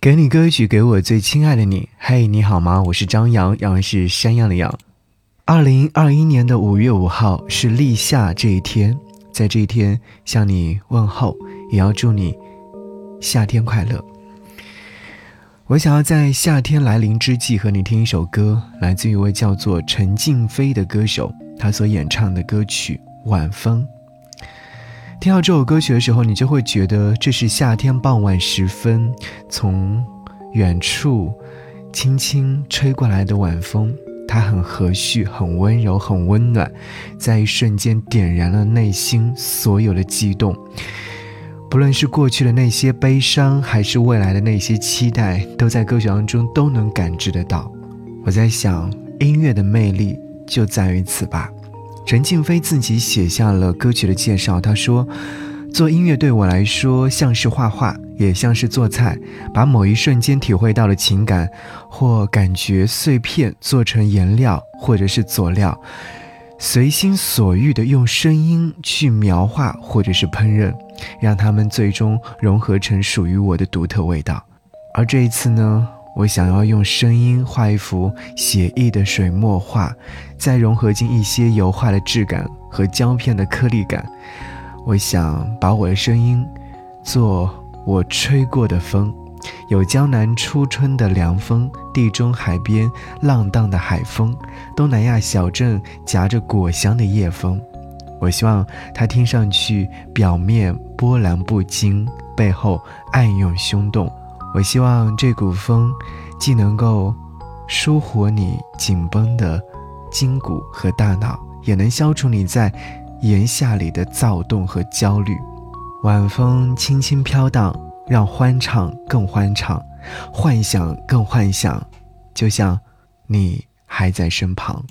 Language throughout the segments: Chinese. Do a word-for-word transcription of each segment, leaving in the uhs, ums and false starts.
给你歌曲，给我最亲爱的你。嘿，你好吗？我是张扬，杨是山羊的羊。二零二一年的五月五号是立夏这一天，在这一天向你问候，也要祝你夏天快乐。我想要在夏天来临之际和你听一首歌，来自于一位叫做陈静飞的歌手，他所演唱的歌曲《晚风》。听到这首歌曲的时候，你就会觉得这是夏天傍晚时分从远处轻轻吹过来的晚风，它很和煦，很温柔，很温暖，在一瞬间点燃了内心所有的激动。不论是过去的那些悲伤，还是未来的那些期待，都在歌曲当中都能感知得到。我在想，音乐的魅力就在于此吧。陈静飞自己写下了歌曲的介绍，他说，做音乐对我来说像是画画，也像是做菜，把某一瞬间体会到的情感或感觉碎片做成颜料或者是佐料，随心所欲地用声音去描画或者是烹饪，让它们最终融合成属于我的独特味道。而这一次呢，我想要用声音画一幅写意的水墨画，再融合进一些油画的质感和胶片的颗粒感。我想把我的声音做我吹过的风，有江南初春的凉风，地中海边浪荡的海风，东南亚小镇夹着果香的夜风。我希望它听上去表面波澜不惊，背后暗涌汹动。我希望这股风既能够舒活你紧绷的筋骨和大脑，也能消除你在炎夏里的躁动和焦虑。晚风轻轻飘荡，让欢唱更欢唱，幻想更幻想，就像你还在身旁。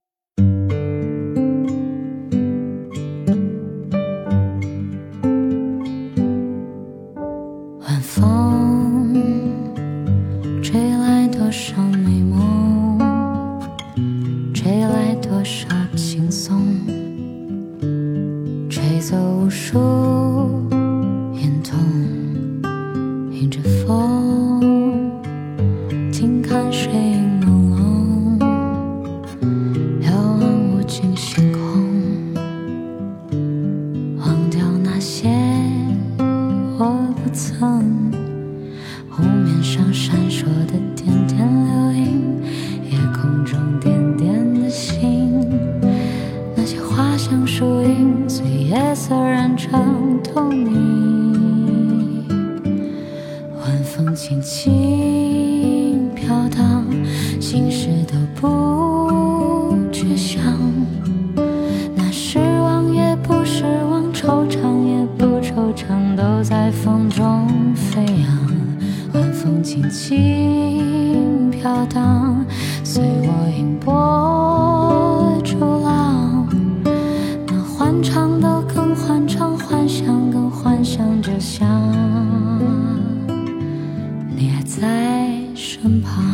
晚风吹来多少美梦，吹来多少轻松，吹走无数眼痛，迎着风静看水影朦胧，遥望无尽星空，忘掉那些我不曾，湖面上闪烁的点点流萤，夜空中点点的星，那些花香树影随夜色染成透明。晚风轻轻飘荡，心事都不去想，那失望也不失望，惆怅也不惆怅，都在风中飞扬。晚风轻轻飘荡，随我迎波逐浪，那欢唱都更欢唱，幻想更幻想，就像你还在身旁。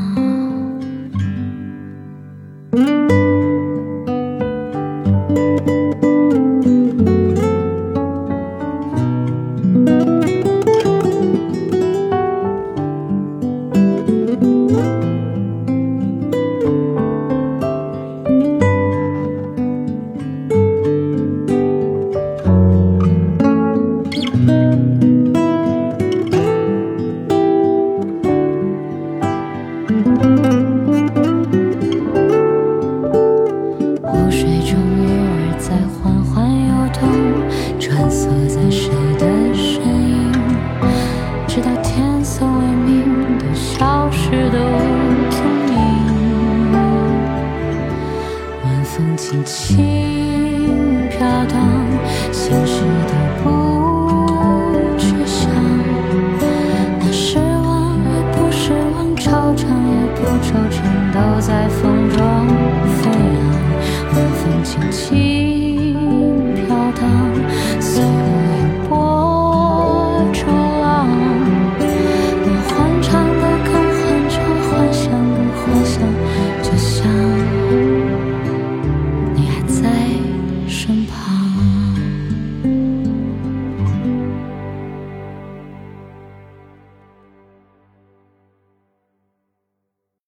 湖水中鱼儿在缓缓游动，穿梭在谁的身影，直到天色微明，都消失得无踪影。晚风轻轻飘荡，